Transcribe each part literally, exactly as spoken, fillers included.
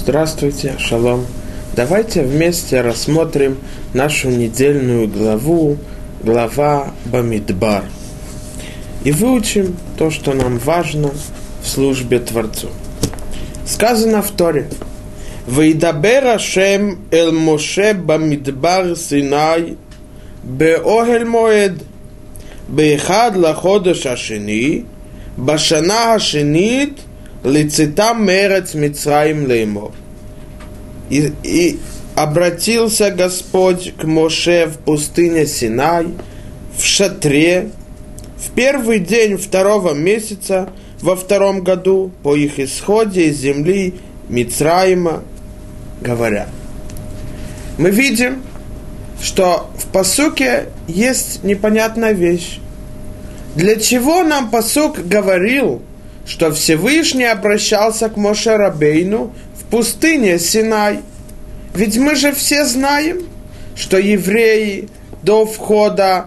Здравствуйте, шалом. Давайте вместе рассмотрим нашу недельную главу, глава Бамидбар. И выучим то, что нам важно в службе Творцу. Сказано в Торе: «Вейдабер Ашем эль Моше Бамидбар Синай беохель моед беэхад лаходеш ашени башана ашенит лицетам мерец Мицраим леймор». И, и обратился Господь к Моше в пустыне Синай, в шатре, в первый день второго месяца, во втором году, по их исходе из земли Мицраима, говоря. Мы видим, что в пасуке есть непонятная вещь. Для чего нам пасук говорил, что Всевышний обращался к Моше Рабейну в пустыне Синай? Ведь мы же все знаем, что евреи до входа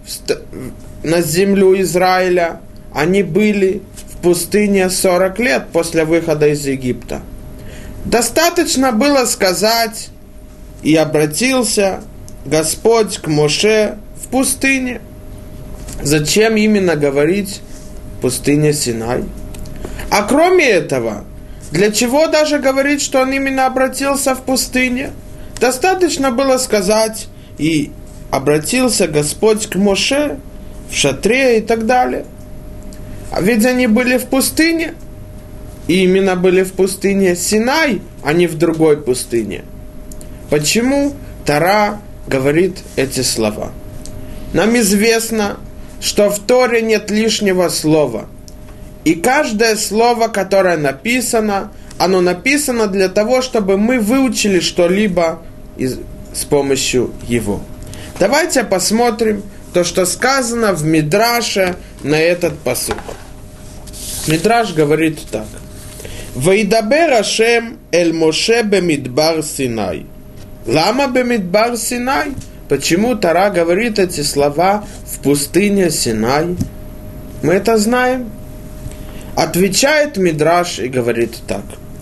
на землю Израиля, они были в пустыне сорок лет после выхода из Египта. Достаточно было сказать: «И обратился Господь к Моше в пустыне». Зачем именно говорить пустыня Синай? А кроме этого, для чего даже говорить, что он именно обратился в пустыне? Достаточно было сказать: «И обратился Господь к Моше в шатре» и так далее. А ведь они были в пустыне. И именно были в пустыне Синай, а не в другой пустыне. Почему Тора говорит эти слова? Нам известно, что в Торе нет лишнего слова. И каждое слово, которое написано, оно написано для того, чтобы мы выучили что-либо из, с помощью его. Давайте посмотрим то, что сказано в Мидраше на этот пасук. Мидраш говорит так: «Вейдабер Ашем эль Моше бемидбар Синай». Лама бемидбар Синай? Почему Тора говорит эти слова в пустыне Синай? Мы это знаем. Отвечает Мидраш и говорит так: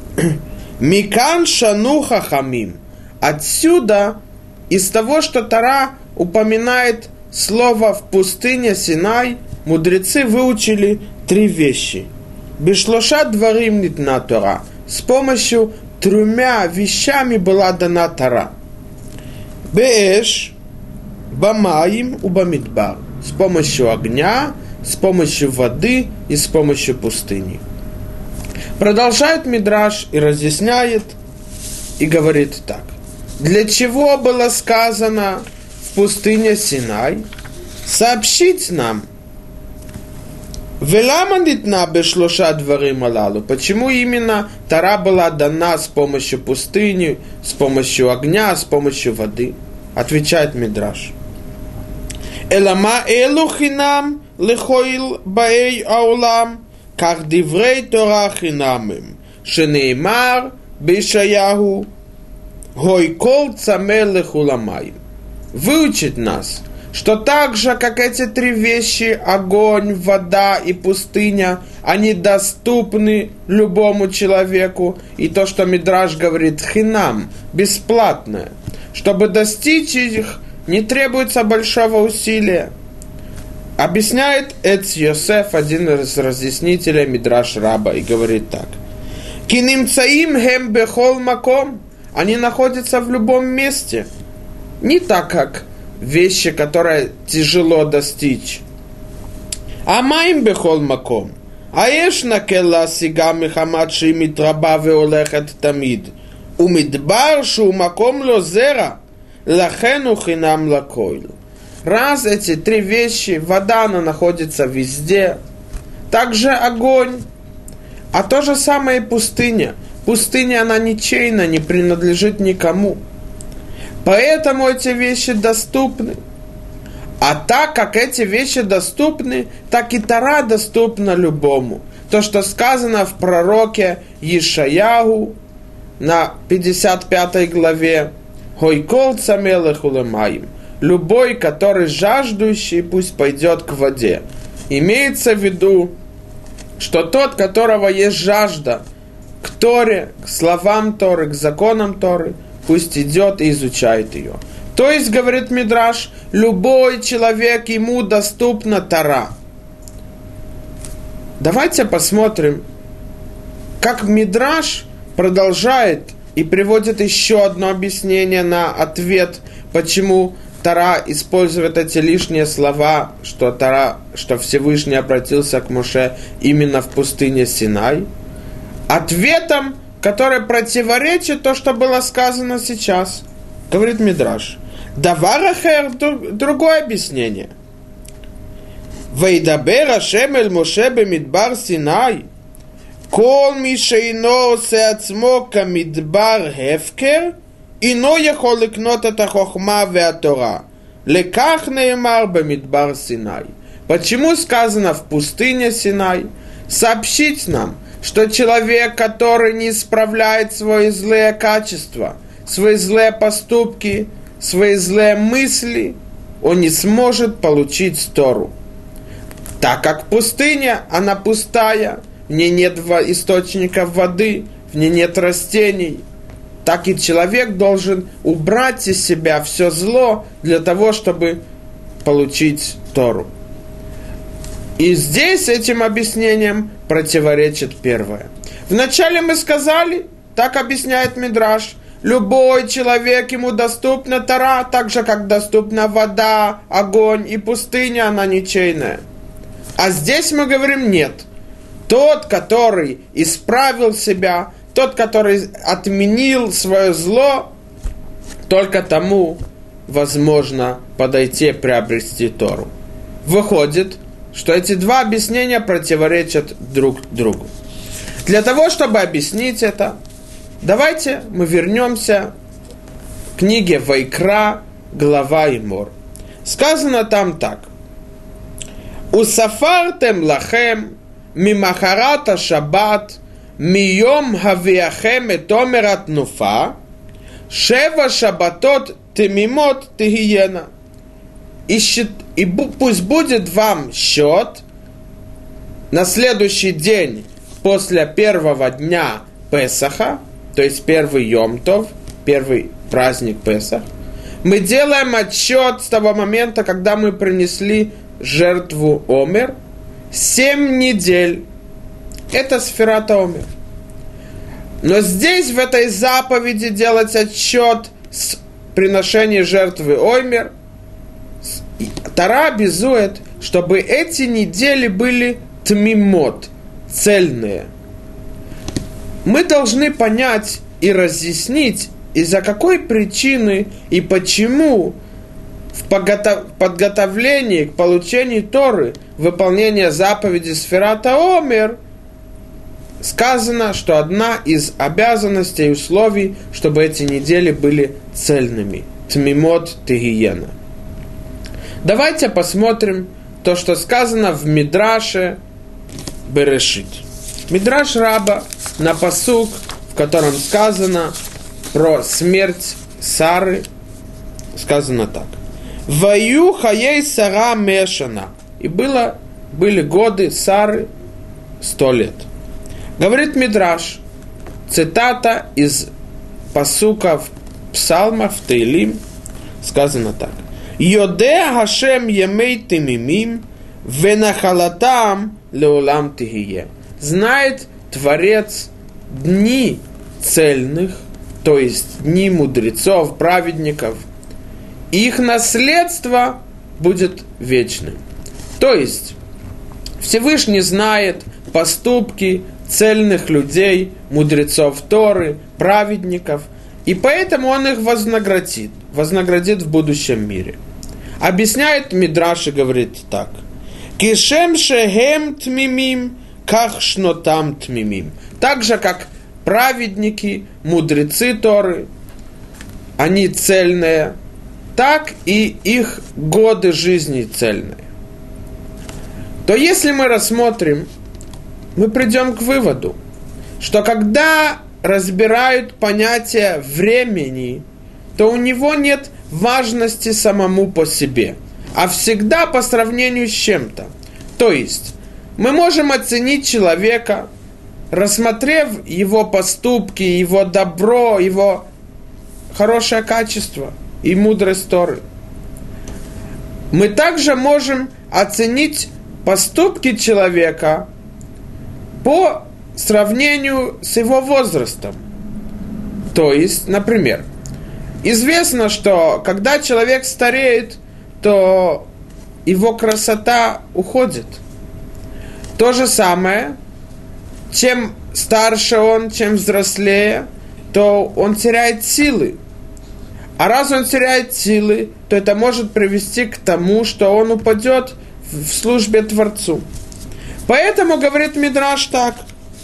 «Микан шану хахамим». Отсюда, из того, что Тора упоминает слово в пустыне Синай, мудрецы выучили три вещи. Бишлоша дворим нитна Тора. С помощью тремя вещами была дана Тора. Беэш, бамаим, убамидбар. С помощью огня, с помощью воды и с помощью пустыни. Продолжает Мидраш и разъясняет, и говорит так: для чего было сказано в пустыне Синай? Сообщить нам, почему именно Тора была дана с помощью пустыни, с помощью огня, с помощью воды? Отвечает Мидраш: Элама элухинам лихоил баэй аулам, как диврей Тора хинамим, шенеймар бишаяху, гойкол цамел лихуламаим. Выучит нас, что так же, как эти три вещи, огонь, вода и пустыня, они доступны любому человеку. И то, что Мидраш говорит хинам, бесплатное. Чтобы достичь их, не требуется большого усилия. Объясняет Эц Йосеф, один из разъяснителей Мидраш Раба, и говорит так: «Кинимцаим хем бехол маком». Они находятся в любом месте. Не так, как вещи, которые тяжело достичь. А маим бехол маком. А ешна келла сига михамад шимит раба веолехет тамид. Умидбар шу маком лозера. Лахену хинам лакойл. Раз эти три вещи, вода, она находится везде. Также огонь. А то же самое и пустыня. Пустыня, она ничейна, не принадлежит никому. Поэтому эти вещи доступны. А так как эти вещи доступны, так и Тора доступна любому. То, что сказано в пророке Ишаяху на пятьдесят пятой главе: «Гойкол цамел лихуламаим». Любой, который жаждущий, пусть пойдет к воде. Имеется в виду, что тот, которого есть жажда, к Торе, к словам Торы, к законам Торы, пусть идет и изучает ее. То есть, говорит Мидраш, любой человек, ему доступна Тора. Давайте посмотрим, как Мидраш продолжает и приводит еще одно объяснение на ответ, почему Тора использует эти лишние слова, что, Тора, что Всевышний обратился к Моше именно в пустыне Синай. Ответом, который противоречит то, что было сказано сейчас, говорит Мидраш. Даварахер, другое объяснение. Вейдабер Ашем эль Моше бемидбар Синай. Кол ми шейно осе ацмо камидбар хефкер, ино יכול לקנות את החוכמה והתורה. לכך נאמר במדבר Синай. Почему сказано в пустыне Синай? Сообщить нам, что человек, который не исправляет свои злые качества, свои злые поступки, свои злые мысли, он не сможет получить Тору. Так как пустыня, она пустая, в ней нет источников воды, в ней нет растений, так и человек должен убрать из себя все зло для того, чтобы получить Тору. И здесь этим объяснением противоречит первое. Вначале мы сказали, так объясняет Мидраш, любой человек, ему доступна Тора, так же, как доступна вода, огонь и пустыня, она ничейная. А здесь мы говорим нет. Тот, который исправил себя, тот, который отменил свое зло, только тому возможно подойти и приобрести Тору. Выходит, что эти два объяснения противоречат друг другу. Для того, чтобы объяснить это, давайте мы вернемся к книге Вайкра, глава Имор. Сказано там так. «Усафартем лахем мимахарата шаббат мием хавиахем эт омер атнуфа шева шаббатот темимот тегиена». И, счит, и бу, пусть будет вам счет на следующий день после первого дня Песаха, то есть первый Йом Тов, первый праздник Песах. Мы делаем отсчет с того момента, когда мы принесли жертву Омер, семь недель. Это Сфират Омер. Но здесь, в этой заповеди, делать отсчет с приношения жертвы Омер, Тора обязует, чтобы эти недели были тмимот, цельные. Мы должны понять и разъяснить, из-за какой причины и почему в подготовлении к получению Торы, выполнения заповеди Сфирата Омер, сказано, что одна из обязанностей и условий, чтобы эти недели были цельными. Тмимот тегиена. Давайте посмотрим то, что сказано в Мидраше Берешит. Мидраш Раба на пасук, в котором сказано про смерть Сары, сказано так. Ваю хаей Сара мешана. И было, были годы Сары сто лет. Говорит Мидраш, цитата из пасуков псалмов Теилим, сказано так. Йоде Хашем емей тимимим венахалатам леолам тихие. Знает Творец дни цельных, то есть дни мудрецов, праведников, их наследство будет вечным. То есть Всевышний знает поступки цельных людей, мудрецов Торы, праведников, и поэтому он их вознаградит, вознаградит в будущем мире. Объясняет Мидраш и говорит так. Кишем шехем тмимим, ках шнотам тмимим. Так же, как праведники, мудрецы Торы, они цельные, так и их годы жизни цельные. То если мы рассмотрим, мы придем к выводу, что когда разбирают понятие времени, то у него нет важности самому по себе, а всегда по сравнению с чем-то. То есть мы можем оценить человека, рассмотрев его поступки, его добро, его хорошее качество и мудрость Торы, мы также можем оценить поступки человека по сравнению с его возрастом. То есть, например, известно, что когда человек стареет, то его красота уходит. То же самое, чем старше он, чем взрослее, то он теряет силы. А раз он теряет силы, то это может привести к тому, что он упадет в службе Творцу. Поэтому говорит Мидраш так: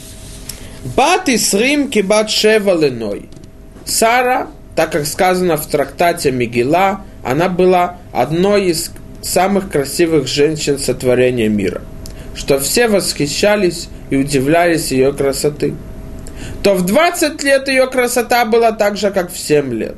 «Бат исрим кибат шева леной». Сара, так как сказано в трактате Мегила, она была одной из самых красивых женщин сотворения мира, что все восхищались и удивлялись ее красоты. То в двадцать лет ее красота была так же, как в семь лет.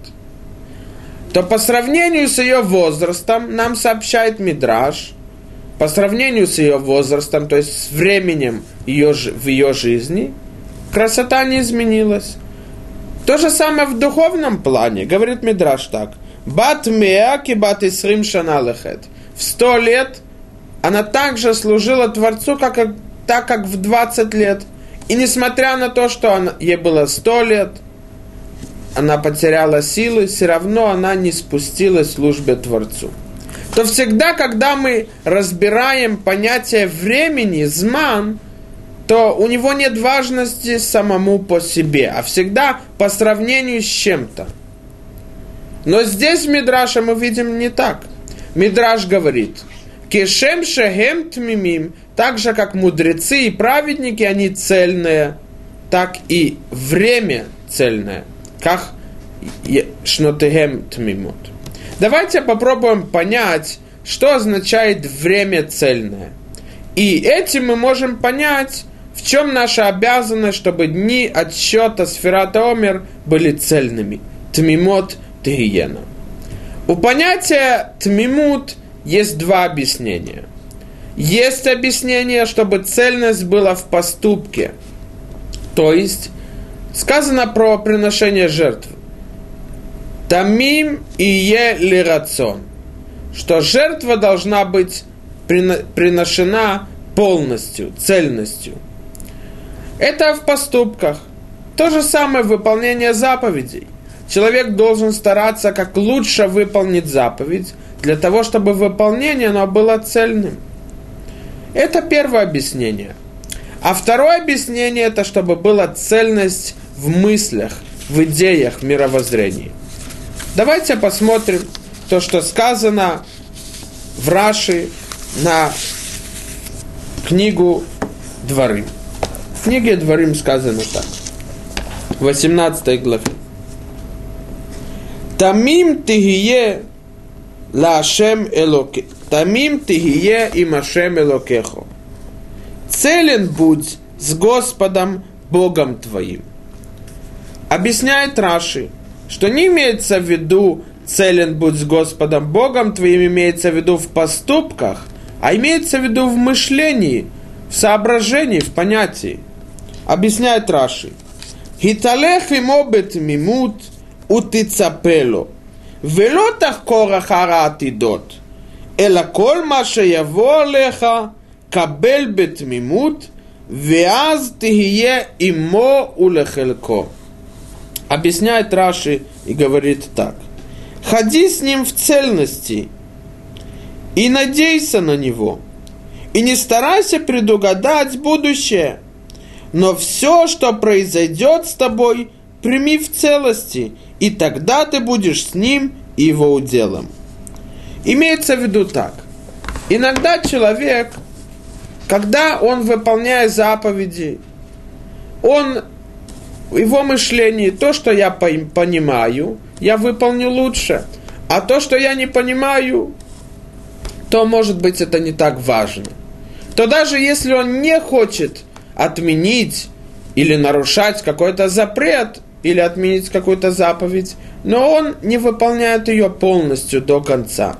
То по сравнению с ее возрастом, нам сообщает Мидраш, по сравнению с ее возрастом, то есть с временем ее, в ее жизни, красота не изменилась. То же самое в духовном плане, говорит Мидраш так: «Бат меа ки бат исрим шана лехет». В сто лет она также служила Творцу, как, так как в двадцать лет. И несмотря на то, что она, ей было сто лет, она потеряла силы, все равно она не спустилась в службе Творцу. То всегда, когда мы разбираем понятие времени, зман, то у него нет важности самому по себе, а всегда по сравнению с чем-то. Но здесь в Мидраше мы видим не так. Мидраш говорит: «Кешем шехем тмимим», так же, как мудрецы и праведники, они цельные, так и время цельное, как шнотехем тмимот. Давайте попробуем понять, что означает время цельное. И этим мы можем понять, в чем наша обязанность, чтобы дни отсчета Сфират ха-Омер были цельными. Тмимот тегиена. У понятия тмимут есть два объяснения. Есть объяснение, чтобы цельность была в поступке. То есть, сказано про приношение жертв. Тамим и е лирацон. Что жертва должна быть приношена полностью, цельностью. Это в поступках. То же самое выполнение заповедей. Человек должен стараться как лучше выполнить заповедь, для того, чтобы выполнение оно было цельным. Это первое объяснение. А второе объяснение, это чтобы была цельность в мыслях, в идеях, в мировоззрении. Давайте посмотрим то, что сказано в Раши на книгу Дворим. В книге Дворим сказано так, в восемнадцатой главе. Тамим тихие лашем элоке. Тамим тихие им ашем элокехо. Целен будь с Господом Богом твоим. Объясняет Раши, что не имеется в виду целен будь с Господом Богом твоим, имеется в виду в поступках, а имеется в виду в мышлении, в соображении, в понятии. Объясняет Раши. Хиталех имо бетмимут утицапело, вело тахкор ахар העתידות, אלא כל מה שיבוא עליך קבל בתמימות, ואז תהיה עמו ולחלקו. Объясняет Раши и говорит так: ходи с ним в цельности и надейся на него, и не старайся предугадать будущее, но все, что произойдет с тобой, прими в целости, и тогда ты будешь с ним и его уделом. Имеется в виду так: иногда человек, когда он выполняет заповеди, он в его мышлении, то, что я понимаю, я выполню лучше, а то, что я не понимаю, то, может быть, это не так важно. То даже если он не хочет отменить или нарушать какой-то запрет, или отменить какую-то заповедь, но он не выполняет ее полностью до конца.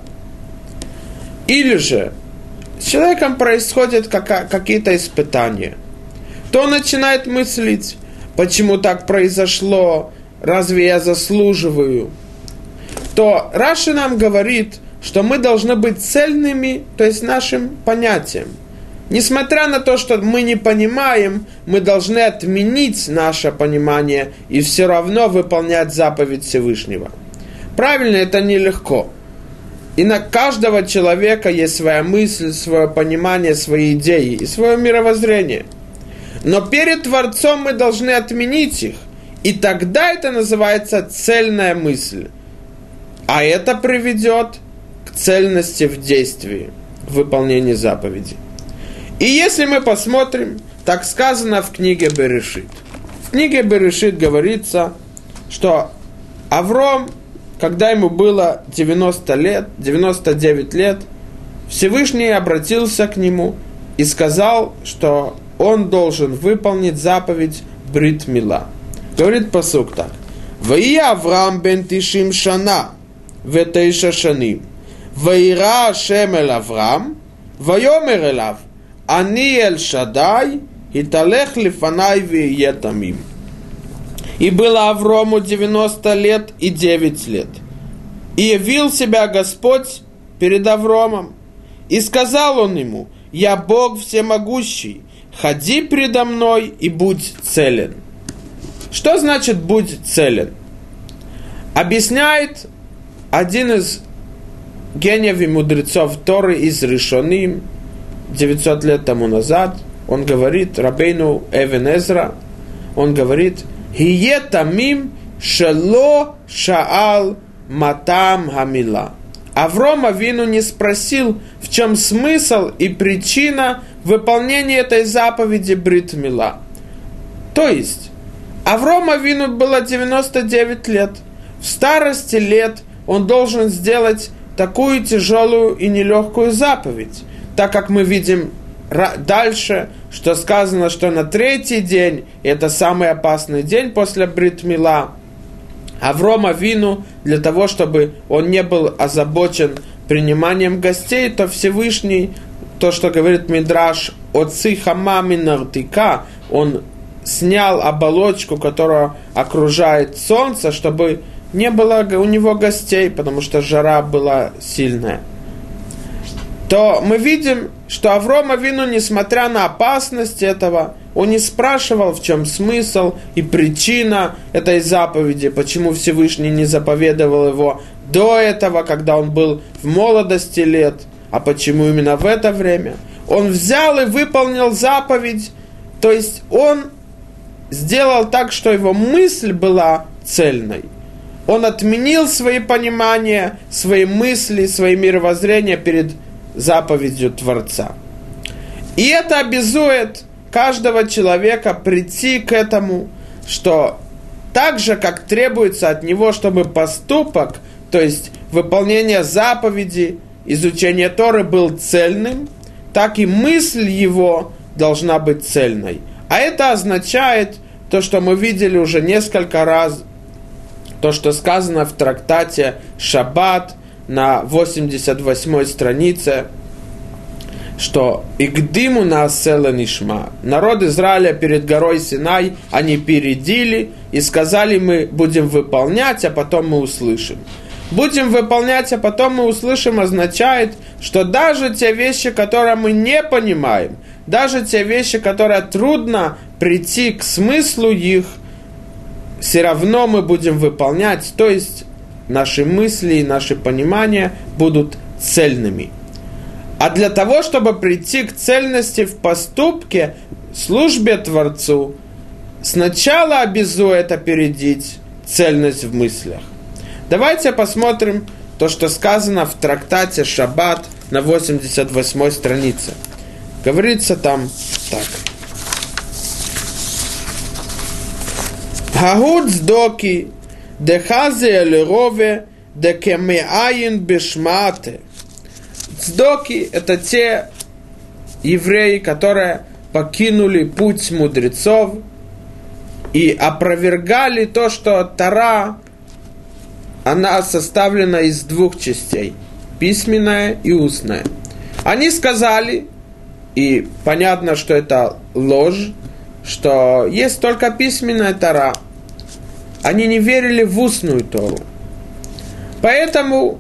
Или же с человеком происходят какие-то испытания. то начинает мыслить, почему так произошло, разве я заслуживаю, то Раши нам говорит, что мы должны быть цельными, то есть нашим понятием. Несмотря на то, что мы не понимаем, мы должны отменить наше понимание и все равно выполнять заповедь Всевышнего. Правильно, это нелегко. И на каждого человека есть своя мысль, свое понимание, свои идеи и свое мировоззрение. Но перед Творцом мы должны отменить их. И тогда это называется цельная мысль. А это приведет к цельности в действии, в выполнении заповедей. И если мы посмотрим, так сказано в книге Берешит. В книге Берешит говорится, что Авром, когда ему было девяносто лет, девяносто девять лет, Всевышний обратился к нему и сказал, что он должен выполнить заповедь Брит Мила. Говорит пасук так. «Ваи Авраам бен тишим шана, ветейша шаним, ваира Ашем эль Авраам, вайомер элав, ани эль Шадай, италех лифанай вие тамим». И было Аврому девяносто лет и девять лет. И явил себя Господь перед Авромом. И сказал он ему: «Я Бог всемогущий, ходи предо мной и будь целен». Что значит «будь целен»? Объясняет один из гениев и мудрецов Торы из Ришоним девятьсот лет тому назад. Он говорит, Рабейну Эвен Эзра, он говорит: «Хие тамим шело шаал матам хамила». Авром Авину не спросил, в чем смысл и причина выполнения этой заповеди Брит Мила. То есть, Авром Авину было девяносто девять лет. В старости лет он должен сделать такую тяжелую и нелегкую заповедь, так как мы видим дальше, что сказано, что на третий день, это самый опасный день после Брит Мила, Авром Авину, для того, чтобы он не был озабочен приниманием гостей, то Всевышний, то, что говорит Мидраш, «Оци хама мин артика», он снял оболочку, которая окружает солнце, чтобы не было у него гостей, потому что жара была сильная. То мы видим, что Авром Авину, несмотря на опасность этого, он не спрашивал, в чем смысл и причина этой заповеди, почему Всевышний не заповедовал его до этого, когда он был в молодости лет, а почему именно в это время. Он взял и выполнил заповедь, то есть он сделал так, что его мысль была цельной. Он отменил свои понимания, свои мысли, свои мировоззрения перед заповедью Творца. И это обязует каждого человека прийти к этому, что так же, как требуется от него, чтобы поступок, то есть выполнение заповеди, изучение Торы был цельным, так и мысль его должна быть цельной. А это означает то, что мы видели уже несколько раз, то, что сказано в трактате «Шаббат» на восемьдесят восьмой странице, что «Игдиму наасела нишма». Народ Израиля перед горой Синай, они передили и сказали: мы будем выполнять, а потом мы услышим. Будем выполнять, а потом мы услышим означает, что даже те вещи, которые мы не понимаем, даже те вещи, которые трудно прийти к смыслу их, все равно мы будем выполнять, то есть наши мысли и наши понимания будут цельными. А для того, чтобы прийти к цельности в поступке, службе Творцу, сначала обязует опередить цельность в мыслях. Давайте посмотрим то, что сказано в трактате «Шаббат» на восемьдесят восьмой странице. Говорится там так. Хагуд сдоки, дехазе элерове, декемеаин бешмаате. Цдоки – это те евреи, которые покинули путь мудрецов и опровергали то, что Тора, она составлена из двух частей – письменная и устная. Они сказали, и понятно, что это ложь, что есть только письменная Тора. Они не верили в устную Тору. Поэтому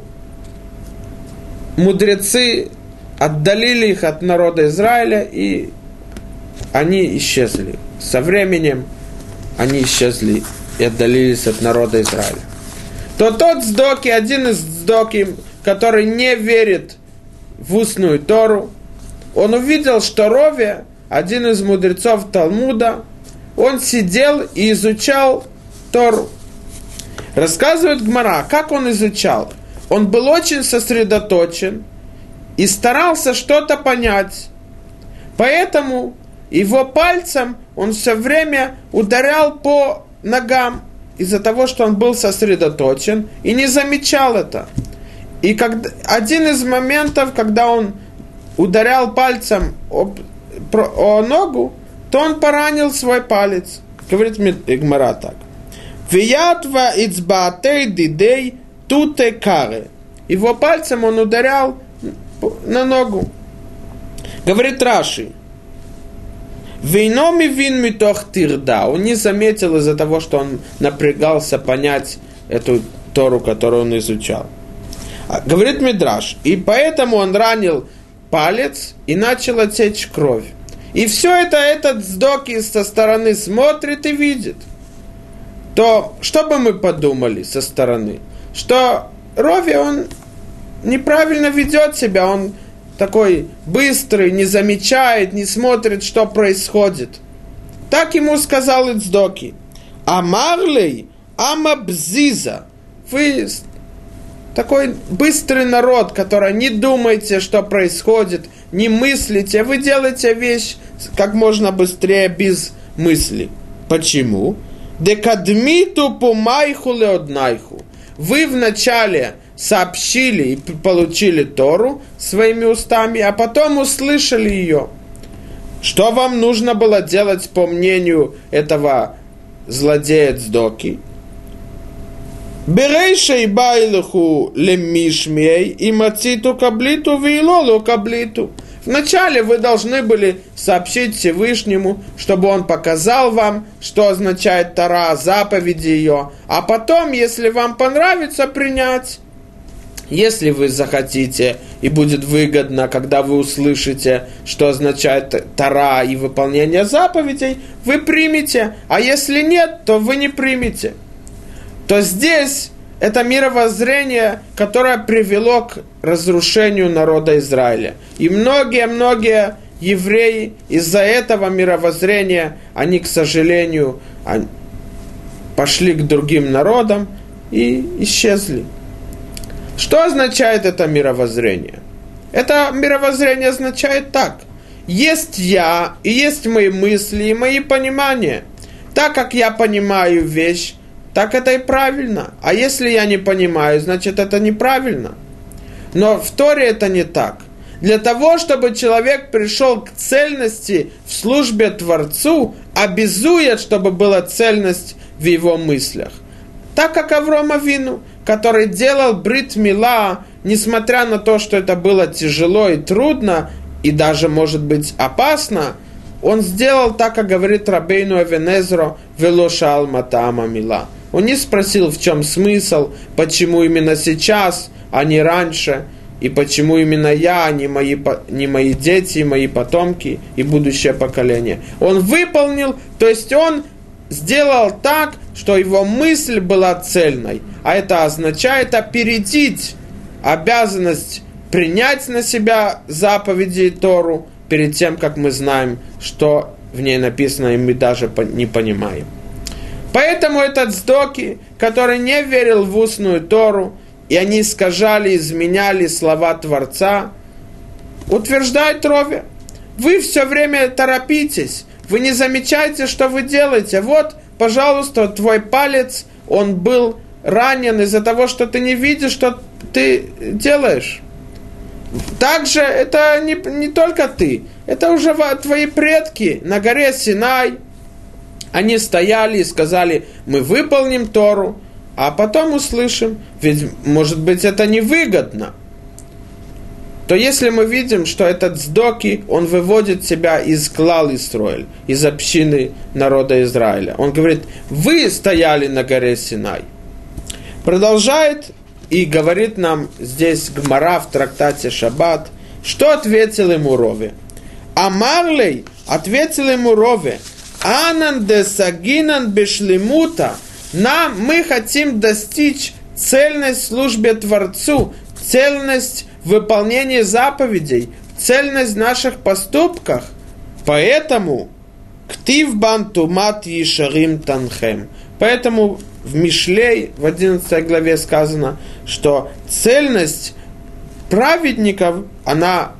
мудрецы отдалили их от народа Израиля, и они исчезли. Со временем они исчезли и отдалились от народа Израиля. То тот Сдоки, один из Сдоки, который не верит в устную Тору, он увидел, что Рове, один из мудрецов Талмуда, он сидел и изучал Тору. Рассказывает Гмара, как он изучал. Он был очень сосредоточен и старался что-то понять. Поэтому его пальцем он все время ударял по ногам, из-за того, что он был сосредоточен и не замечал это. И когда, один из моментов, когда он ударял пальцем об, про, о ногу, то он поранил свой палец. Говорит Гмара так. Виятва ицбаатей дидей туте каре. Его пальцем он ударял на ногу. Говорит Раши. Вейноми вин митох тирда. Он не заметил из-за того, что он напрягался понять эту Тору, которую он изучал. Говорит Мидраш. И поэтому он ранил палец и начала течь кровь. И все это этот Сдоки со стороны смотрит и видит. То что бы мы подумали со стороны? Что Рови, он неправильно ведет себя, он такой быстрый, не замечает, не смотрит, что происходит. Так ему сказал Ицдоки. Амарлей амабзиза. Вы такой быстрый народ, который не думаете, что происходит, не мыслите, вы делаете вещь как можно быстрее, без мысли. Почему? Декадмиту пумайху леоднайху. Вы вначале сообщили и получили Тору своими устами, а потом услышали ее. Что вам нужно было делать по мнению этого злодея Цдоки? Берейшей байлуху лемишмей и мациту каблиту вейлолу каблиту. Вначале вы должны были сообщить Всевышнему, чтобы он показал вам, что означает Тора, заповеди ее, а потом, если вам понравится, принять. Если вы захотите и будет выгодно, когда вы услышите, что означает Тора и выполнение заповедей, вы примете, а если нет, то вы не примете. То здесь это мировоззрение, которое привело к разрушению народа Израиля. И многие-многие евреи из-за этого мировоззрения, они, к сожалению, пошли к другим народам и исчезли. Что означает это мировоззрение? Это мировоззрение означает так. Есть я, и есть мои мысли, и мои понимания. Так как я понимаю вещь, так это и правильно. А если я не понимаю, значит это неправильно. Но в Торе это не так. Для того, чтобы человек пришел к цельности в службе Творцу, обязует, чтобы была цельность в его мыслях. Так как Авром Авину, который делал брит мила, несмотря на то, что это было тяжело и трудно, и даже, может быть, опасно, он сделал так, как говорит Рабейну Эвенезро, «Вело шаал матаама мила». Он не спросил, в чем смысл, почему именно сейчас, а не раньше, и почему именно я, а не мои, не мои дети, мои потомки и будущее поколение. Он выполнил, то есть он сделал так, что его мысль была цельной. А это означает опередить обязанность принять на себя заповеди и Тору перед тем, как мы знаем, что в ней написано, и мы даже не понимаем. Поэтому этот Цдоки, который не верил в устную Тору, и они искажали, изменяли слова Творца, утверждает Рове: вы все время торопитесь, вы не замечаете, что вы делаете. Вот, пожалуйста, твой палец, он был ранен из-за того, что ты не видишь, что ты делаешь. Также это не, не только ты, это уже твои предки на горе Синай. Они стояли и сказали: мы выполним Тору, а потом услышим. Ведь, может быть, это невыгодно. то если мы видим, что этот Цдоки, он выводит себя из клал Исроэль, из общины народа Израиля. Он говорит, вы стояли на горе Синай. Продолжает и говорит нам здесь Гмара в трактате Шаббат, что ответил ему Рове. Амарлей, ответил ему Рове, Анан де сагинан бешлемута, нам, мы хотим достичь цельность в службе Творцу, цельность в выполнении заповедей, цельность в наших поступках. Поэтому ктив бан тумат ешарим танхем. Поэтому в Мишлей в одиннадцатой главе сказано, что цельность праведников, она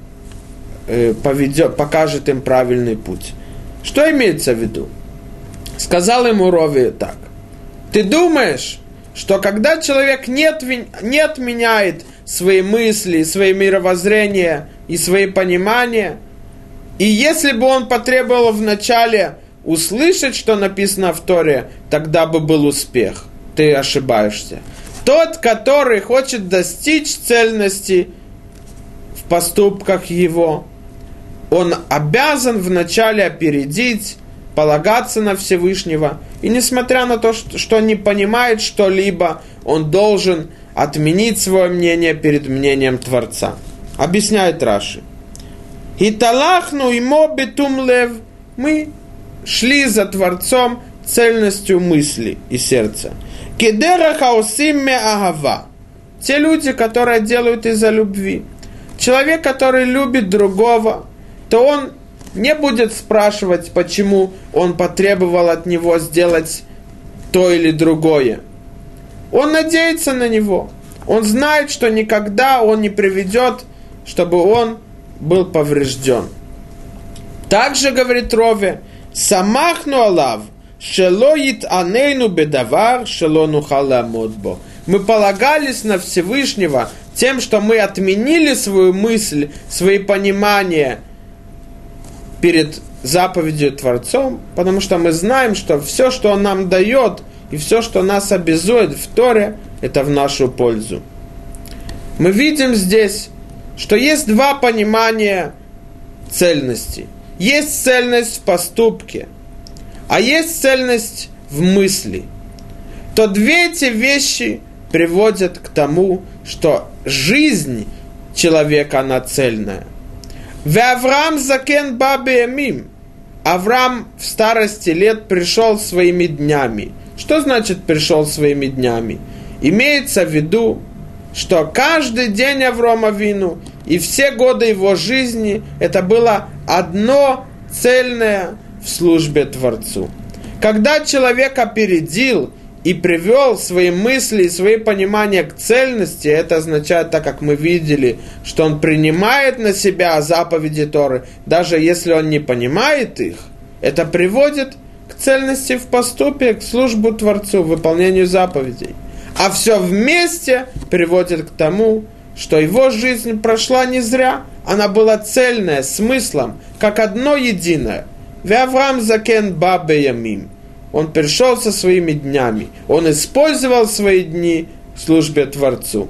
э, поведет, покажет им правильный путь. Что имеется в виду? Сказал ему Рове так. Ты думаешь, что когда человек не, отви, не отменяет свои мысли, свои мировоззрения и свои понимания, и если бы он потребовал вначале услышать, что написано в Торе, тогда бы был успех. Ты ошибаешься. Тот, который хочет достичь цельности в поступках его, он обязан вначале опередить, полагаться на Всевышнего. И несмотря на то, что не понимает что-либо, он должен отменить свое мнение перед мнением Творца. Объясняет Раши. «Хиталахну имо бетум лев». Мы шли за Творцом цельностью мысли и сердца. «Кедера хаосим ме агава». Те люди, которые делают из-за любви. Человек, который любит другого, то он не будет спрашивать, почему он потребовал от него сделать то или другое. Он надеется на него. Он знает, что никогда он не приведет, чтобы он был поврежден. Также говорит Рове, «Самахну алав, шело ит-анейну бедавар, шело нухала модбо». Мы полагались на Всевышнего тем, что мы отменили свою мысль, свои понимания перед заповедью Творцом, потому что мы знаем, что все, что Он нам дает, и все, что нас обязует в Торе, это в нашу пользу. Мы видим здесь, что есть два понимания цельности. Есть цельность в поступке, а есть цельность в мысли. То две эти вещи приводят к тому, что жизнь человека, она цельная. Авраам закен бабеямим. Авраам в старости лет пришел своими днями. Что значит пришел своими днями? Имеется в виду, что каждый день Авраама Авину и все годы его жизни это было одно цельное в службе Творцу. Когда человек опередил и привел свои мысли и свои понимания к цельности, это означает, так как мы видели, что он принимает на себя заповеди Торы, даже если он не понимает их, это приводит к цельности в поступке, к службу Творцу, выполнению заповедей. А все вместе приводит к тому, что его жизнь прошла не зря, она была цельная, смыслом, как одно единое. Авраам закен бабе ямим. Он пришел со своими днями. Он использовал свои дни в службе Творцу.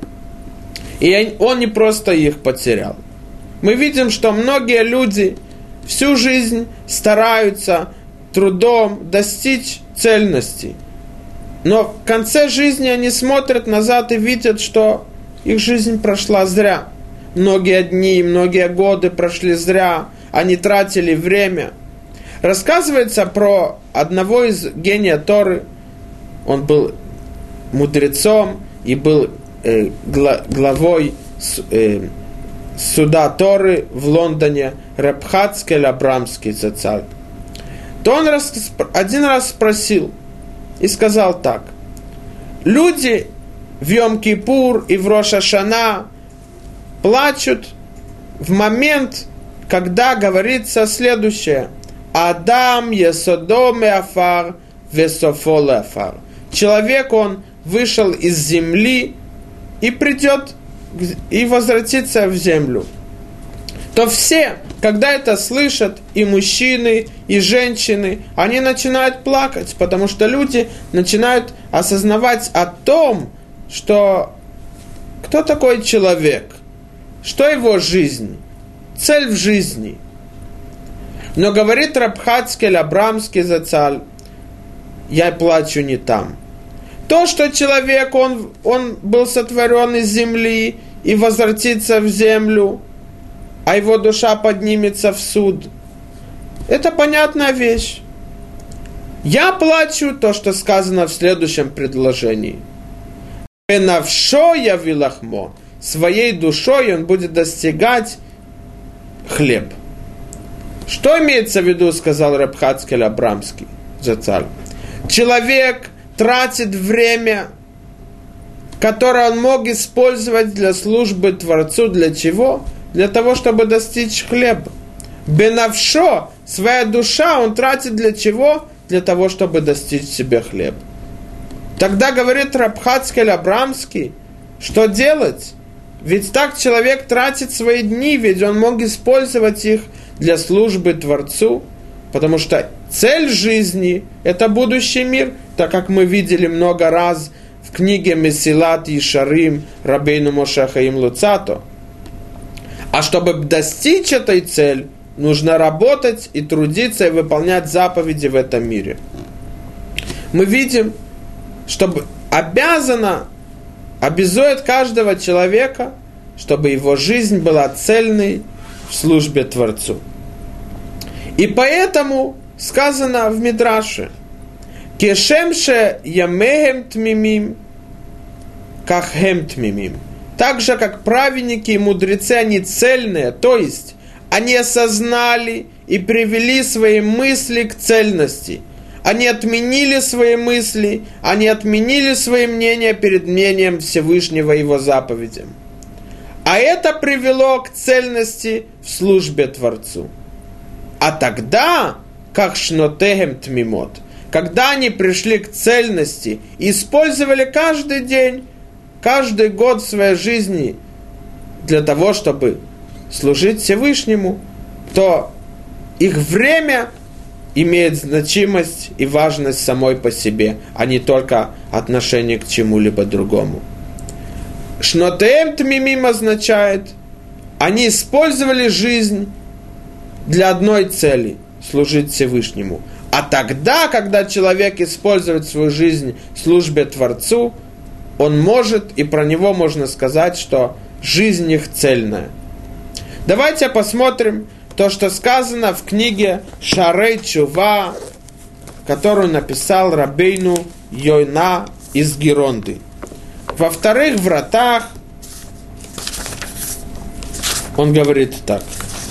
И он не просто их потерял. Мы видим, что многие люди всю жизнь стараются трудом достичь цельности. Но в конце жизни они смотрят назад и видят, что их жизнь прошла зря. Многие дни, многие годы прошли зря. Они тратили время. Рассказывается про одного из гения Торы. Он был мудрецом и был э, гла- главой э, суда Торы в Лондоне, Реб Хацкель Абрамский зацаль. То он раз, один раз спросил и сказал так. Люди в Йом-Кипур и в Рош-ха-Шана плачут в момент, когда говорится следующее. Адам есодо меафар весофо леафар. Человек, он вышел из земли и придет и возвратится в землю. То все, когда это слышат, и мужчины, и женщины, они начинают плакать, потому что люди начинают осознавать о том, что кто такой человек. Что его жизнь? Цель в жизни. Но говорит Раб Хацкель Абрамский зацаль, я плачу не там. То, что человек, он, он был сотворен из земли и возвратится в землю, а его душа поднимется в суд, это понятная вещь. Я плачу то, что сказано в следующем предложении. «Бенавшо явилахмо», своей душой он будет достигать хлеб. Что имеется в виду, сказал Раб Хацкель Абрамский зацаль? Человек тратит время, которое он мог использовать для службы Творцу. Для чего? Для того, чтобы достичь хлеба. Бенавшо, своя душа, он тратит для чего? Для того, чтобы достичь себе хлеб. Тогда говорит Раб Хацкель Абрамский, что делать? Ведь так человек тратит свои дни, ведь он мог использовать их для службы Творцу, потому что цель жизни – это будущий мир, так как мы видели много раз в книге Месилат Ешарим Рабейну Моше Хаим Луцато. А чтобы достичь этой цели, нужно работать и трудиться и выполнять заповеди в этом мире. Мы видим, что обязано, обязует каждого человека, чтобы его жизнь была цельной в службе Творцу. И поэтому сказано в Мидраше: «Кешемше ямехем тмимим, кахем тмимим». Так же, как праведники и мудрецы, они цельные, то есть они осознали и привели свои мысли к цельности. Они отменили свои мысли, они отменили свои мнения перед мнением Всевышнего и его заповедям. А это привело к цельности в службе Творцу. А тогда, как шнотехем тмимот, когда они пришли к цельности и использовали каждый день, каждый год своей жизни для того, чтобы служить Всевышнему, то их время имеет значимость и важность самой по себе, а не только отношение к чему-либо другому. Шнотеем тмимим означает, они использовали жизнь для одной цели – служить Всевышнему. А тогда, когда человек использует свою жизнь в службе Творцу, он может, и про него можно сказать, что жизнь их цельная. Давайте посмотрим то, что сказано в книге Шарей Чува, которую написал Рабейну Йойна из Геронды. Во вторых вратах он говорит так.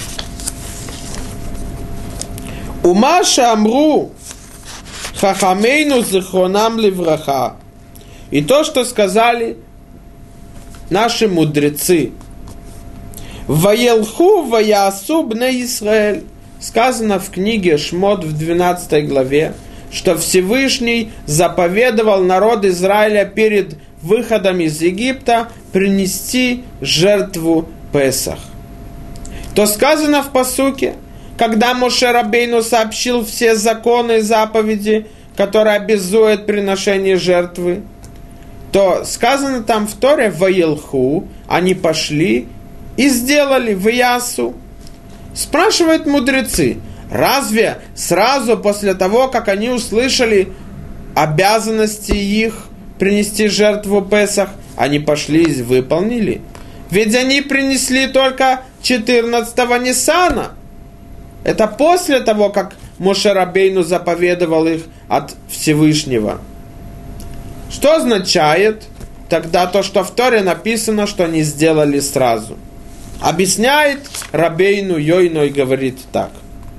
Умаша амру хахамейну зихронам ливраха. И то, что сказали наши мудрецы, «Ваелху ваясу бне Исраэль», сказано в книге Шмот в двенадцатой главе, что Всевышний заповедовал народ Израиля перед выходом из Египта принести жертву Песах. То сказано в пасуке, когда Моше Рабейну сообщил все законы и заповеди, которые обязуют приношение жертвы, то сказано там в Торе «Ваелху», они пошли и сделали «Ваясу». Спрашивают мудрецы, разве сразу после того, как они услышали обязанности их принести жертву Песах, они пошли и выполнили? Ведь они принесли только четырнадцатого Ниссана. Это после того, как Моше Рабейну заповедовал их от Всевышнего. Что означает тогда то, что в Торе написано, что они сделали сразу? Объясняет Рабейну Йойно и говорит так.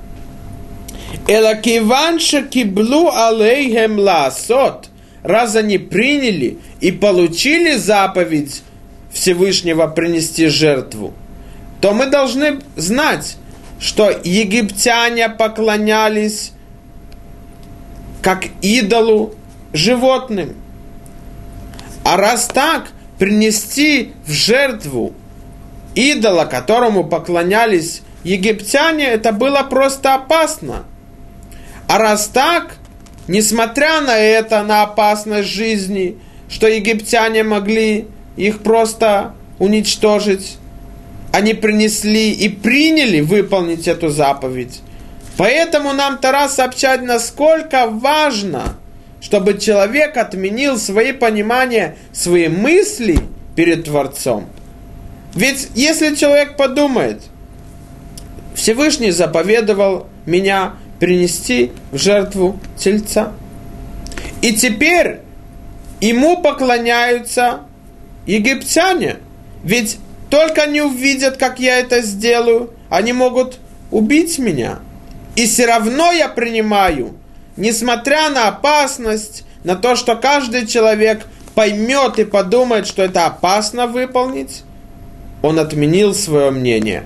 Элакиванша киблу алейхем лаасот. Раз они приняли и получили заповедь Всевышнего принести жертву, то мы должны знать, что египтяне поклонялись как идолу животным. А раз так, принести в жертву идола, которому поклонялись египтяне, это было просто опасно. А раз так, несмотря на это, на опасность жизни, что египтяне могли их просто уничтожить, они принесли и приняли выполнить эту заповедь. Поэтому нам Тора сообщает, насколько важно, чтобы человек отменил свои понимания, свои мысли перед Творцом. Ведь если человек подумает, Всевышний заповедовал меня принести в жертву тельца, и теперь ему поклоняются египтяне, ведь только они увидят, как я это сделаю, они могут убить меня. И все равно я принимаю, несмотря на опасность, на то, что каждый человек поймет и подумает, что это опасно выполнить, он отменил свое мнение.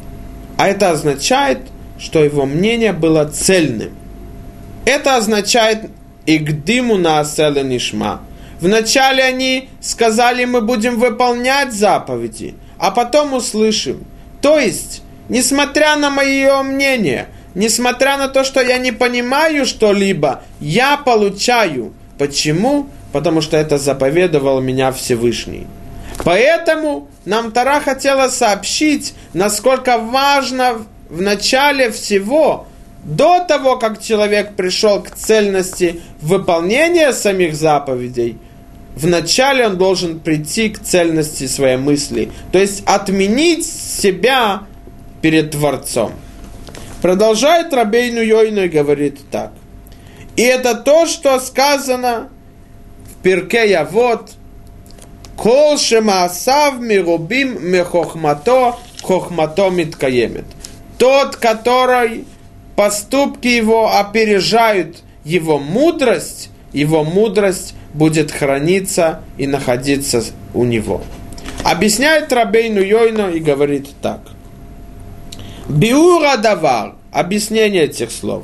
А это означает, что его мнение было цельным. Это означает «Игдиму наасе нишма». Вначале они сказали, мы будем выполнять заповеди, а потом услышим. То есть, несмотря на мое мнение, несмотря на то, что я не понимаю что-либо, я получаю. Почему? Потому что это заповедовал меня Всевышний. Поэтому нам Тора хотела сообщить, насколько важно в начале всего, до того, как человек пришел к цельности выполнения самих заповедей, вначале он должен прийти к цельности своей мысли, то есть отменить себя перед Творцом. Продолжает Рабейну Йойну и говорит так. И это то, что сказано в Пиркей Авот: «Кол шемаасав мирубим мехохмато, хохмато миткаемет». Тот, который поступки его опережают его мудрость, его мудрость будет храниться и находиться у него. Объясняет Рабейну Йойну и говорит так. Биура давар, объяснение этих слов.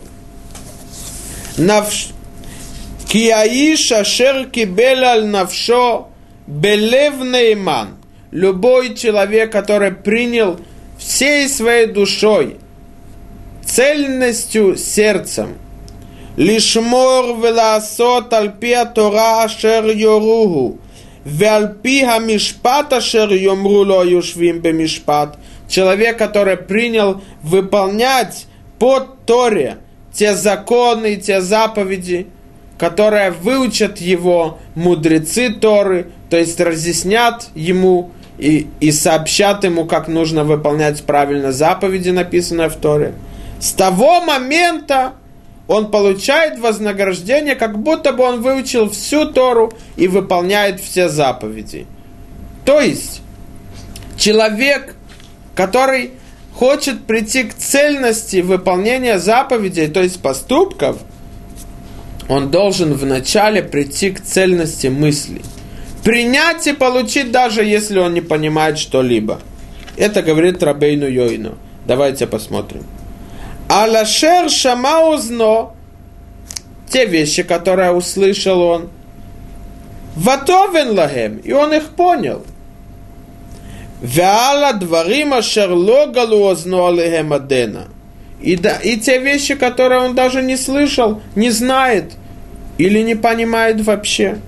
Навш кияиш ашер кибел аль навшо белев нейман. Любой человек, который принял всей своей душой, цельностью сердцем, лишмор веласот альпи Тора ашер йоругу, вальпи хамишпат ашер йомру ло юшвим бемишпат. Человек, который принял выполнять по Торе те законы, те заповеди, которые выучат его мудрецы Торы, то есть разъяснят ему и, и сообщат ему, как нужно выполнять правильно заповеди, написанные в Торе. С того момента он получает вознаграждение, как будто бы он выучил всю Тору и выполняет все заповеди. То есть человек, который хочет прийти к цельности выполнения заповедей, то есть поступков, он должен вначале прийти к цельности мыслей. Принять и получить, даже если он не понимает что-либо. Это говорит Рабейну Йойну. Давайте посмотрим. Алашер шамаузно, те вещи, которые услышал он, ватовен лагем, и он их понял. Веала дварима шерлогалу озно алехем адена. И те вещи, которые он даже не слышал, не знает или не понимает вообще.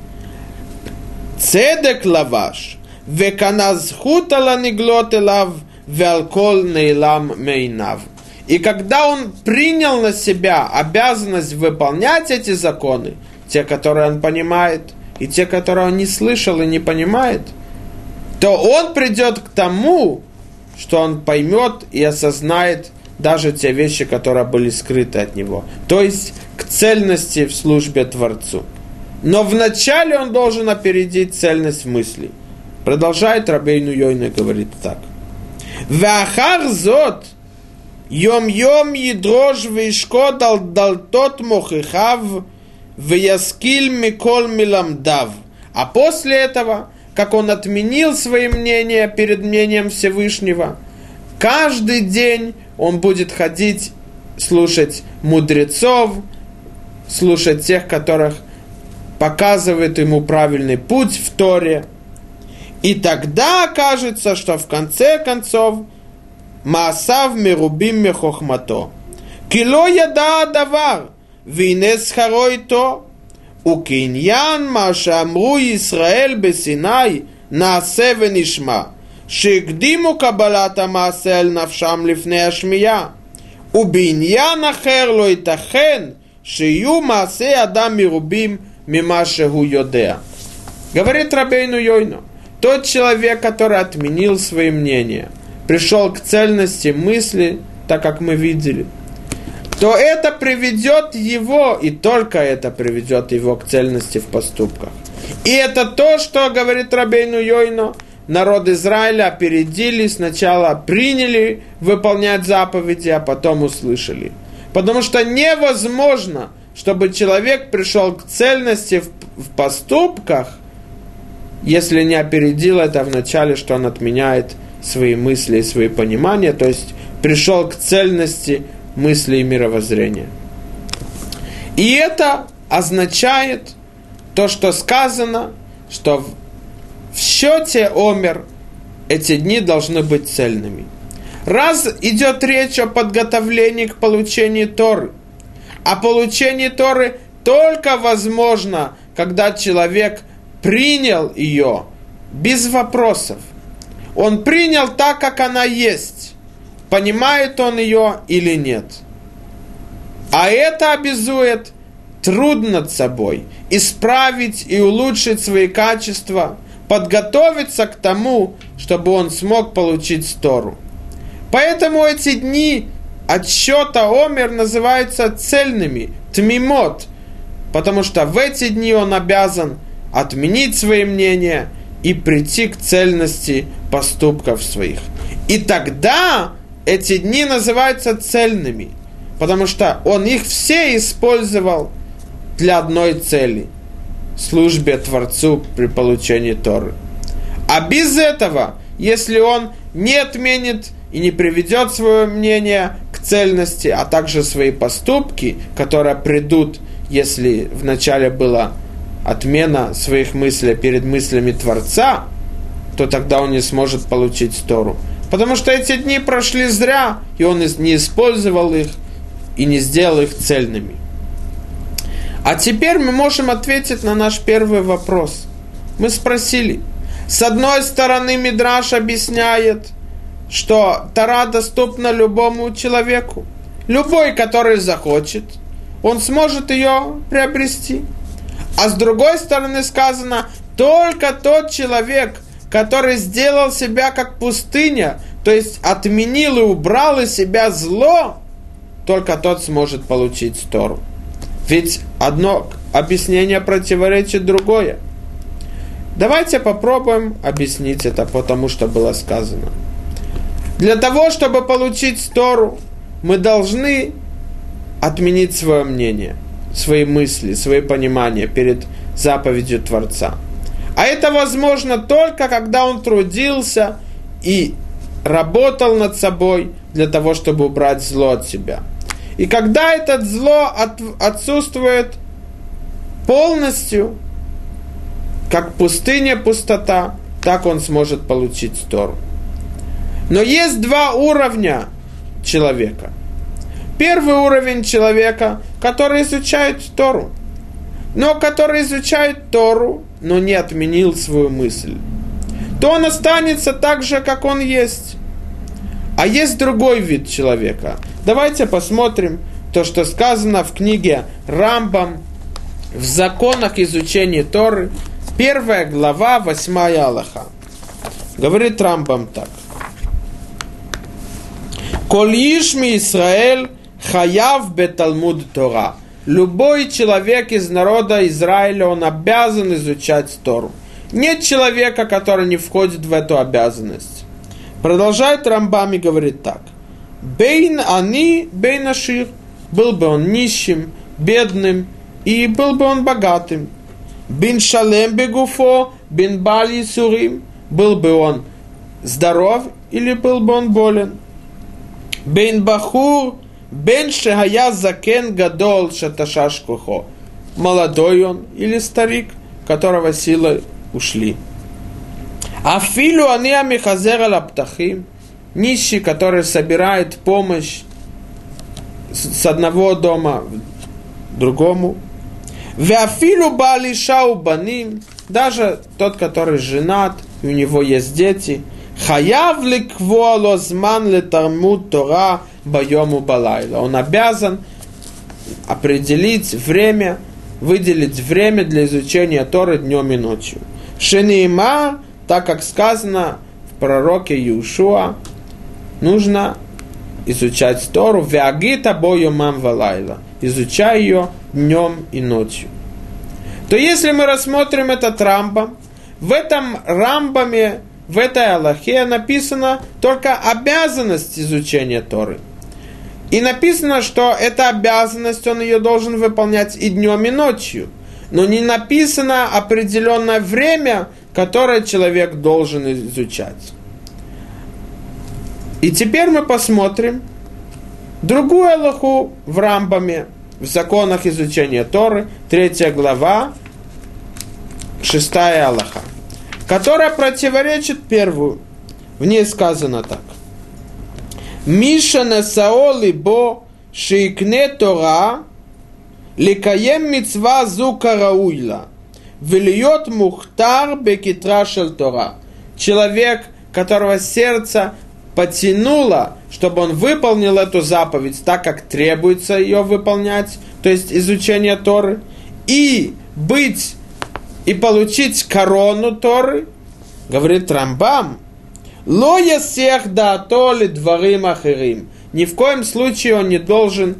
Цедек лаваш, веканазхут ала ниглот элав, веалкол нейлам мейнав. И когда он принял на себя обязанность выполнять эти законы, те, которые он понимает, и те, которые он не слышал и не понимает, то он придет к тому, что он поймет и осознает даже те вещи, которые были скрыты от него. То есть к цельности в службе Творцу. Но вначале он должен опередить цельность мыслей. Продолжает Рабейну Йойну, говорит так. «Веахар зот, йом-йом едрош вишкот ал далтот мохихав, веяскиль микол миламдав». А после этого, как он отменил свои мнения перед мнением Всевышнего, каждый день он будет ходить, слушать мудрецов, слушать тех, которых показывает ему правильный путь в Торе. И тогда окажется, что в конце концов маасав мерубим мехохмато. Кило яда давар, винес харой то, укиньян ма шамру Исраэль бесинай наасе венишма. שהקדימו קבלת המעשה אל נפשם לפני השמיעה, ובעניין אחר לא ייתכן שיהיו מעשי אדם מרובים мимо שהוא יודע. Говорит Рабейну Йойну, тот человек, который отменил свои мнения, пришел к цельности мысли, так как мы видели, то это приведет его, и только это приведет его к цельности в поступках. И это то, что говорит Рабейну Йойну, народ Израиля опередили, сначала приняли выполнять заповеди, а потом услышали. Потому что невозможно, чтобы человек пришел к цельности в, в поступках, если не опередил это вначале, что он отменяет свои мысли и свои понимания, то есть пришел к цельности мысли и мировоззрения. И это означает то, что сказано, что в, в счете Омер эти дни должны быть цельными. Раз идет речь о подготовлении к получению Торы, а получение Торы только возможно, когда человек принял ее без вопросов. Он принял так, как она есть. Понимает он ее или нет. А это обязует труд над собой, исправить и улучшить свои качества, подготовиться к тому, чтобы он смог получить Тору. Поэтому эти дни отсчета Омер называются цельными, тмимот, потому что в эти дни он обязан отменить свои мнения и прийти к цельности поступков своих. И тогда эти дни называются цельными, потому что он их все использовал для одной цели – службе Творцу при получении Торы. А без этого, если он не отменит и не приведет свое мнение к цельности, а также свои поступки, которые придут, если вначале была отмена своих мыслей перед мыслями Творца, то тогда он не сможет получить Тору. Потому что эти дни прошли зря, и он не использовал их и не сделал их цельными. А теперь мы можем ответить на наш первый вопрос. Мы спросили. С одной стороны, Мидраш объясняет, что Тора доступна любому человеку. Любой, который захочет, он сможет ее приобрести. А с другой стороны сказано, только тот человек, который сделал себя как пустыня, то есть отменил и убрал из себя зло, только тот сможет получить Тору. Ведь одно объяснение противоречит другое. Давайте попробуем объяснить это, потому что было сказано. Для того, чтобы получить Тору, мы должны отменить свое мнение, свои мысли, свои понимания перед заповедью Творца. А это возможно только, когда он трудился и работал над собой для того, чтобы убрать зло от себя. И когда это зло от, отсутствует полностью, как пустыня, пустота, так он сможет получить Тору. Но есть два уровня человека. Первый уровень человека, который изучает Тору, но который изучает Тору, но не отменил свою мысль, то он останется так же, как он есть. А есть другой вид человека. Давайте посмотрим то, что сказано в книге Рамбам в законах изучения Торы, первая глава, восьмая алаха. Говорит Рамбам так. Коль ишми Исраэль хаяв беталмуд Тора. Любой человек из народа Израиля, он обязан изучать Тору. Нет человека, который не входит в эту обязанность. Продолжает Рамбам и говорит так. Бейн ани, бейн ашир. Был бы он нищим, бедным, и был бы он богатым. Бин шалем бегуфо, бин бали сурим. Был бы он здоров, или был бы он болен. Бейн бахур, бен шехая закен гадол шаташаш кухо. Молодой он или старик, которого силы ушли. Афилу ани амихазер аля птахим. Нищий, который собирает помощь с одного дома к другому. Веафилу баали шау баним. Даже тот, который женат, и у него есть дети. Хаяв ликво лозман летармут Тора байому балайла. Он обязан определить время, выделить время для изучения Торы днем и ночью. Шенейма, так как сказано в пророке Иешуа, нужно изучать Тору, веагита бойомам валайла, изучай ее днем и ночью. То если мы рассмотрим этот Рамбам, в этом Рамбаме, в этой Аллахе написано только обязанность изучения Торы. И написано, что эта обязанность, он ее должен выполнять и днем, и ночью. Но не написано определенное время, которое человек должен изучать. И теперь мы посмотрим другую Аллаху в Рамбаме, в законах изучения Торы, третья глава, шестая Аллаха, которая противоречит первую. В ней сказано так. Миша насао либо шейкне Тора ликаем мицва зу карауйла вильот мухтар бекитра шель Тора. Человек, которого сердце потянуло, чтобы он выполнил эту заповедь так, как требуется ее выполнять, то есть изучение Торы, и быть, и получить корону Торы, говорит Рамбам, ло ясех даато лидварим ахирим. Ни в коем случае он не должен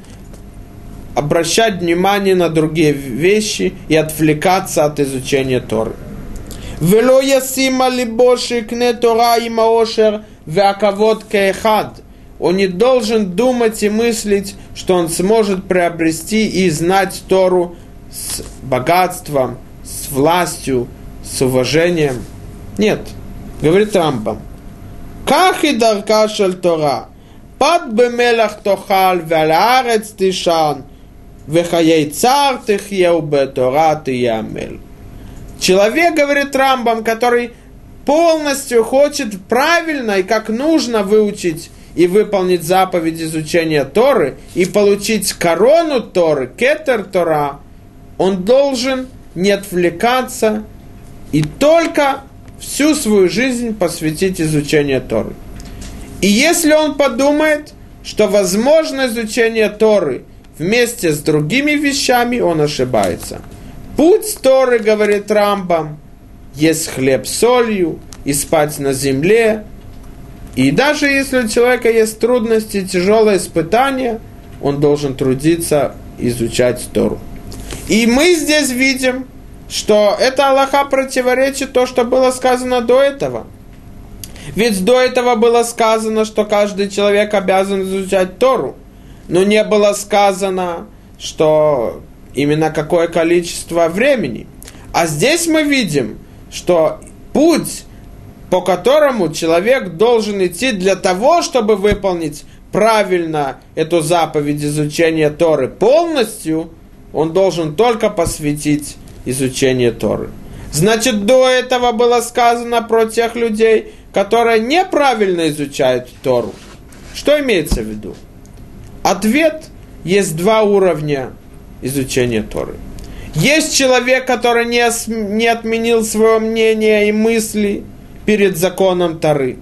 обращать внимание на другие вещи и отвлекаться от изучения Торы. Вело ясима либо шикне Тора има ошер веакавод кеэхад. Он не должен думать и мыслить, что он сможет приобрести и знать Тору с богатством, с властью, с уважением. Нет, говорит Рамбам. Как и дарка шель Тора, пад бемелах тохал валаарец тишан, вехаей цар тихьеу бетора тиямель. Человек, говорит Рамбам, который полностью хочет правильно и как нужно выучить и выполнить заповедь изучения Торы и получить корону Торы, кетер Тора, он должен не отвлекаться и только всю свою жизнь посвятить изучению Торы. И если он подумает, что возможно изучение Торы вместе с другими вещами, он ошибается. Путь Торы, говорит Рамбам, есть хлеб с солью и спать на земле. И даже если у человека есть трудности, тяжелые испытания, он должен трудиться, изучать Тору. И мы здесь видим, что эта Аллаха противоречит то, что было сказано до этого. Ведь до этого было сказано, что каждый человек обязан изучать Тору. Но не было сказано, что именно какое количество времени. А здесь мы видим, что путь, по которому человек должен идти для того, чтобы выполнить правильно эту заповедь изучения Торы полностью, он должен только посвятить изучение Торы. Значит, до этого было сказано про тех людей, которые неправильно изучают Тору. Что имеется в виду? Ответ: есть два уровня изучения Торы. Есть человек, который не, не отменил свое мнение и мысли перед законом Торы.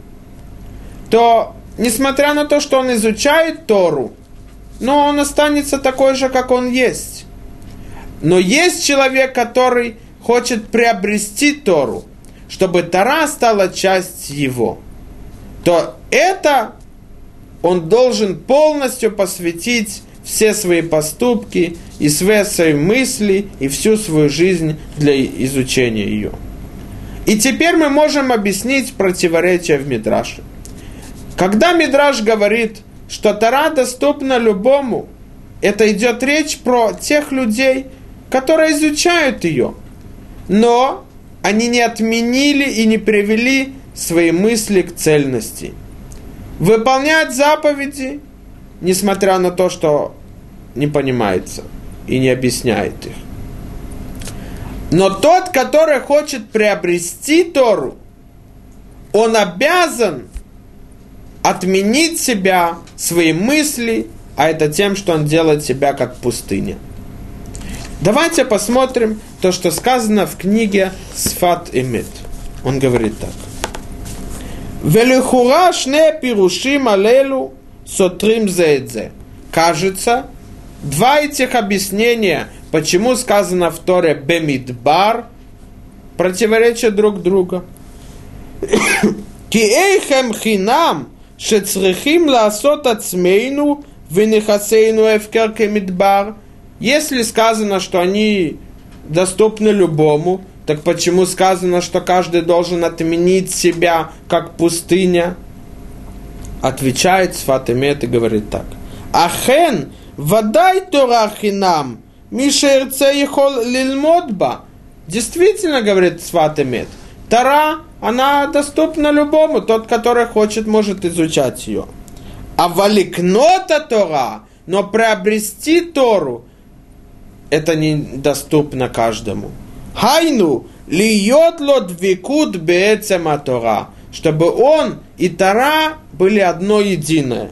То, несмотря на то, что он изучает Тору, но он останется такой же, как он есть. Но есть человек, который хочет приобрести Тору, чтобы Тора стала частью его. То это он должен полностью посвятить все свои поступки и все свои мысли и всю свою жизнь для изучения ее. И теперь мы можем объяснить противоречие в Мидраше. Когда Мидраш говорит, что Тора доступна любому, это идет речь про тех людей, которые изучают ее, но они не отменили и не привели свои мысли к цельности. Выполнять заповеди, несмотря на то, что не понимается и не объясняет их. Но тот, который хочет приобрести Тору, он обязан отменить себя, свои мысли, а это тем, что он делает себя как пустыня. Давайте посмотрим то, что сказано в книге Сфат Эмет. Он говорит так. Велихура шне пирушим алелу сотрим зэдзе. Кажется, два этих объяснения, почему сказано в Торе бемидбар, противоречат друг другу. Ки эйхем хинам шецрихим лаасот ацмейну венехасейну эфкер кемидбар. Если сказано, что они доступны любому, так почему сказано, что каждый должен отменить себя, как пустыня? Отвечает Сфат Эмет и говорит так. Ахен вадай Тора хинам мишерце ехол лильмодба. Действительно, говорит Сфат Эмет, Тора, она доступна любому, тот, который хочет, может изучать ее. А валикнота Тора, но приобрести Тору, это недоступно каждому. Хайну льет лот викут беэцема Тора, чтобы он и Тора были одно единое.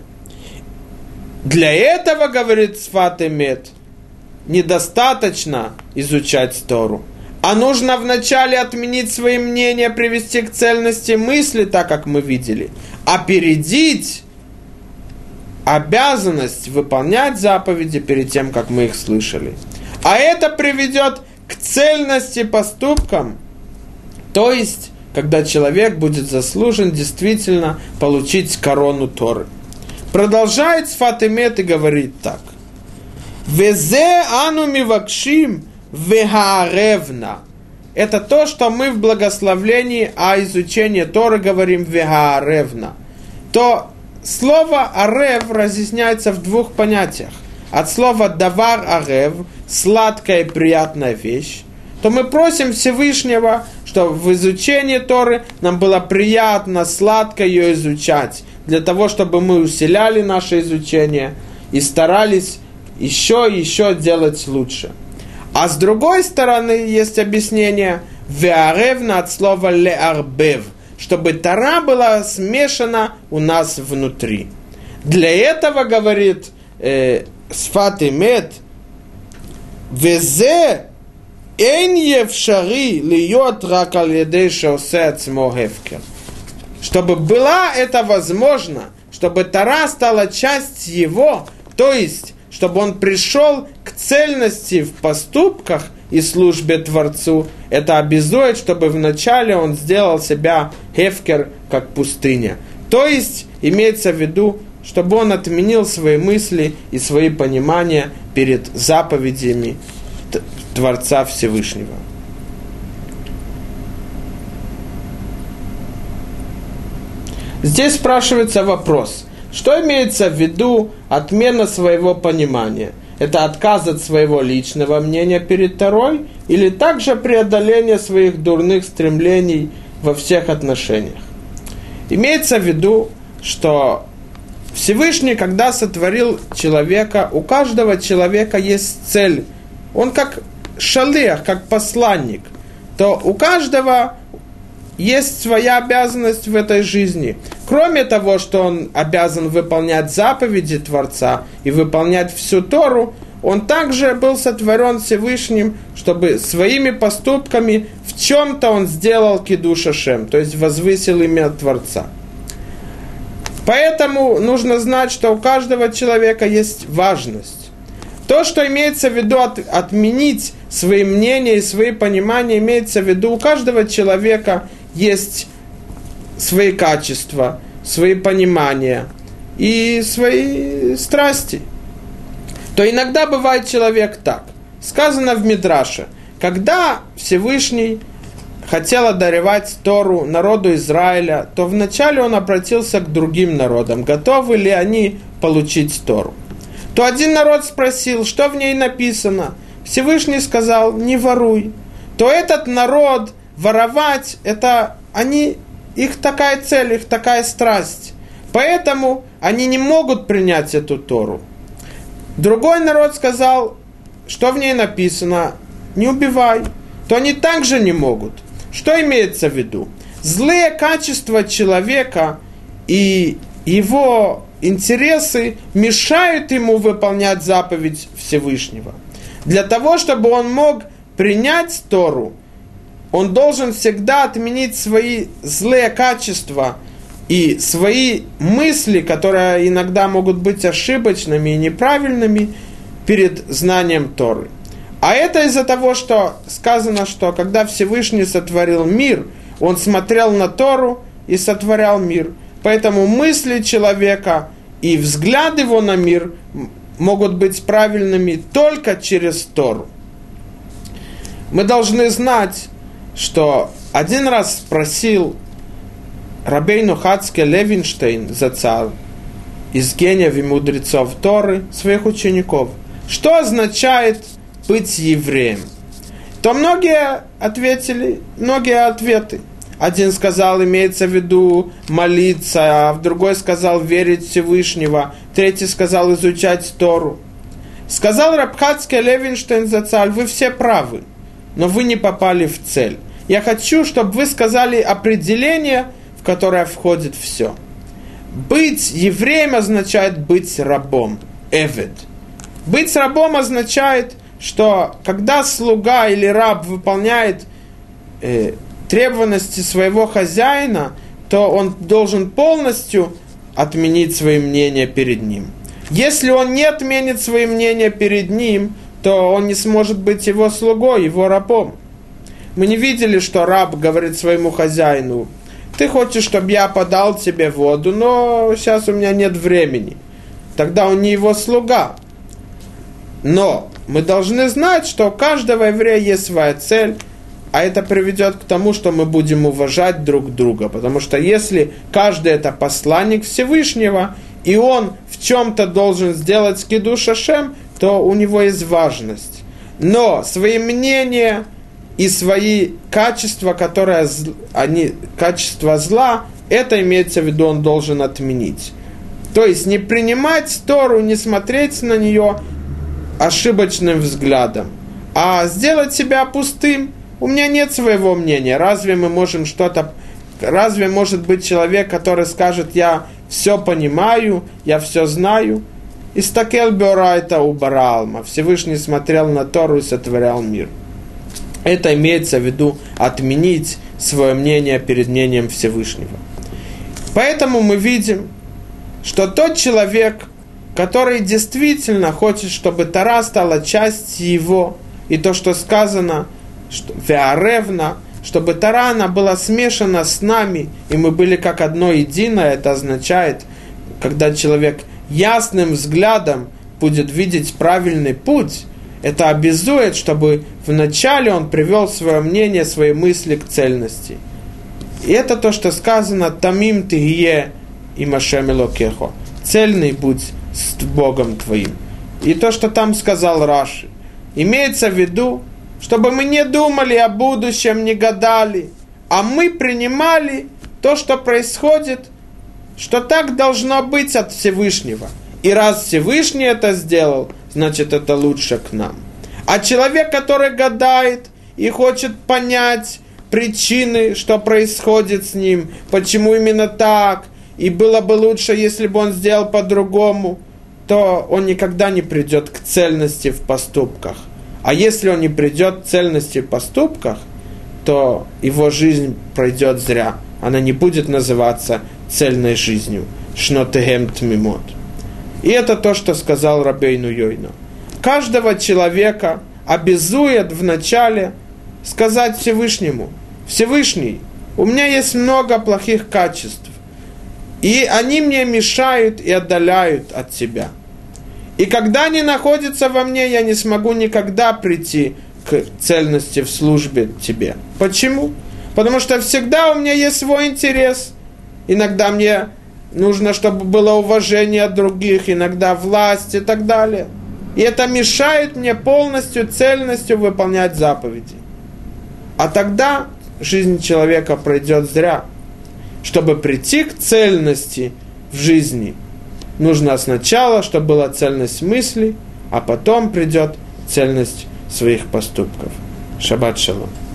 Для этого, говорит Сфат Эмет, недостаточно изучать Тору, а нужно вначале отменить свои мнения, привести к цельности мысли, так как мы видели, опередить обязанность выполнять заповеди перед тем, как мы их слышали. А это приведет к цельности поступкам, то есть, когда человек будет заслужен действительно получить корону Торы. Продолжает Сфат Эмет и говорит так. «Везе ану мивакшим вегааревна». Это то, что мы в благословлении о изучении Торы говорим вегааревна. То слово арев разъясняется в двух понятиях. От слова давар арев, сладкая и приятная вещь, то мы просим Всевышнего, чтобы в изучении Торы нам было приятно, сладко ее изучать, для того, чтобы мы усиляли наше изучение и старались еще и еще делать лучше. А с другой стороны есть объяснение «веаревна» от слова «леарбев», чтобы Тора была смешана у нас внутри. Для этого, говорит э, Сфат Эмет, «везе эйн евшари льет рак аль-едей шеосе ацмо хефкер». Чтобы была это возможно, чтобы Тора стала часть его, то есть, чтобы он пришел к цельности в поступках и службе Творцу, это обязует, чтобы вначале он сделал себя хефкер, как пустыня. То есть, имеется в виду, чтобы он отменил свои мысли и свои понимания перед заповедями Творца Всевышнего. Здесь спрашивается вопрос, что имеется в виду отмена своего понимания? Это отказ от своего личного мнения перед Торой или также преодоление своих дурных стремлений во всех отношениях? Имеется в виду, что Всевышний, когда сотворил человека, у каждого человека есть цель. Он как шалех, как посланник. То у каждого есть своя обязанность в этой жизни. Кроме того, что он обязан выполнять заповеди Творца и выполнять всю Тору, он также был сотворен Всевышним, чтобы своими поступками в чем-то он сделал кидуш Ашем, то есть возвысил имя Творца. Поэтому нужно знать, что у каждого человека есть важность. То, что имеется в виду от, отменить свои мнения и свои понимания, имеется в виду, у каждого человека есть свои качества, свои понимания и свои страсти. То иногда бывает человек так. Сказано в Мидраше, когда Всевышний хотел одаревать Тору народу Израиля, то вначале он обратился к другим народам, готовы ли они получить Тору. То один народ спросил, что в ней написано. Всевышний сказал, не воруй. То этот народ, воровать, это они, их такая цель, их такая страсть. Поэтому они не могут принять эту Тору. Другой народ сказал, что в ней написано, не убивай. То они также не могут. Что имеется в виду? Злые качества человека и его интересы мешают ему выполнять заповедь Всевышнего. Для того, чтобы он мог принять Тору, он должен всегда отменить свои злые качества и свои мысли, которые иногда могут быть ошибочными и неправильными, перед знанием Торы. А это из-за того, что сказано, что когда Всевышний сотворил мир, он смотрел на Тору и сотворял мир. Поэтому мысли человека и взгляд его на мир могут быть правильными только через Тору. Мы должны знать, что один раз спросил Рабейну Хацке Левинштейн Зацал из гениев и мудрецов Торы своих учеников, что означает быть евреем. То многие ответили, многие ответы. Один сказал, имеется в виду молиться, а другой сказал верить в Всевышнего, третий сказал изучать Тору. Сказал Раб Хацке Левинштейн Зацаль, вы все правы, но вы не попали в цель. Я хочу, чтобы вы сказали определение, в которое входит все. Быть евреем означает быть рабом, эвед. Быть рабом означает, что когда слуга или раб выполняет э, требованности своего хозяина, то он должен полностью отменить свои мнения перед ним. Если он не отменит свои мнения перед ним, то он не сможет быть его слугой, его рабом. Мы не видели, что раб говорит своему хозяину: ты хочешь, чтобы я подал тебе воду, но сейчас у меня нет времени. Тогда он не его слуга. Но мы должны знать, что у каждого еврея есть своя цель, а это приведет к тому, что мы будем уважать друг друга. Потому что если каждый это посланник Всевышнего, и он в чем-то должен сделать кидуш Ашем, то у него есть важность. Но свои мнения и свои качества, которые они, качества зла, это имеется в виду, он должен отменить. То есть не принимать Тору, не смотреть на нее ошибочным взглядом, а сделать себя пустым. У меня нет своего мнения. Разве мы можем что-то... Разве может быть человек, который скажет: я все понимаю, я все знаю? Истакел бёрайта убаралма. Всевышний смотрел на Тору и сотворял мир. Это имеется в виду отменить свое мнение перед мнением Всевышнего. Поэтому мы видим, что тот человек, который действительно хочет, чтобы Тора стала частью его, и то, что сказано, что веаревна, чтобы Тора она была смешана с нами, и мы были как одно единое, это означает, когда человек ясным взглядом будет видеть правильный путь, это обязует, чтобы вначале он привел свое мнение, свои мысли к цельности. И это то, что сказано «Тамим тигие им Ашем элокехо». Цельный будь с Богом твоим. И то, что там сказал Раши. Имеется в виду, чтобы мы не думали о будущем, не гадали, а мы принимали то, что происходит, что так должно быть от Всевышнего. И раз Всевышний это сделал, значит, это лучше к нам. А человек, который гадает и хочет понять причины, что происходит с ним, почему именно так, и было бы лучше, если бы он сделал по-другому, то он никогда не придет к цельности в поступках. А если он не придет к цельности в поступках, то его жизнь пройдет зря. Она не будет называться цельной жизнью. Шнотегем тмимот. И это то, что сказал Рабейну Йойна. Каждого человека обязует вначале сказать Всевышнему: Всевышний, у меня есть много плохих качеств, и они мне мешают и отдаляют от Тебя. И когда они находятся во мне, я не смогу никогда прийти к цельности в службе Тебе. Почему? Потому что всегда у меня есть свой интерес. Иногда мне нужно, чтобы было уважение от других, иногда власть и так далее. И это мешает мне полностью, цельностью выполнять заповеди. А тогда жизнь человека пройдет зря. Чтобы прийти к цельности в жизни, нужно сначала, чтобы была цельность мыслей, а потом придет цельность своих поступков. Шаббат шалом.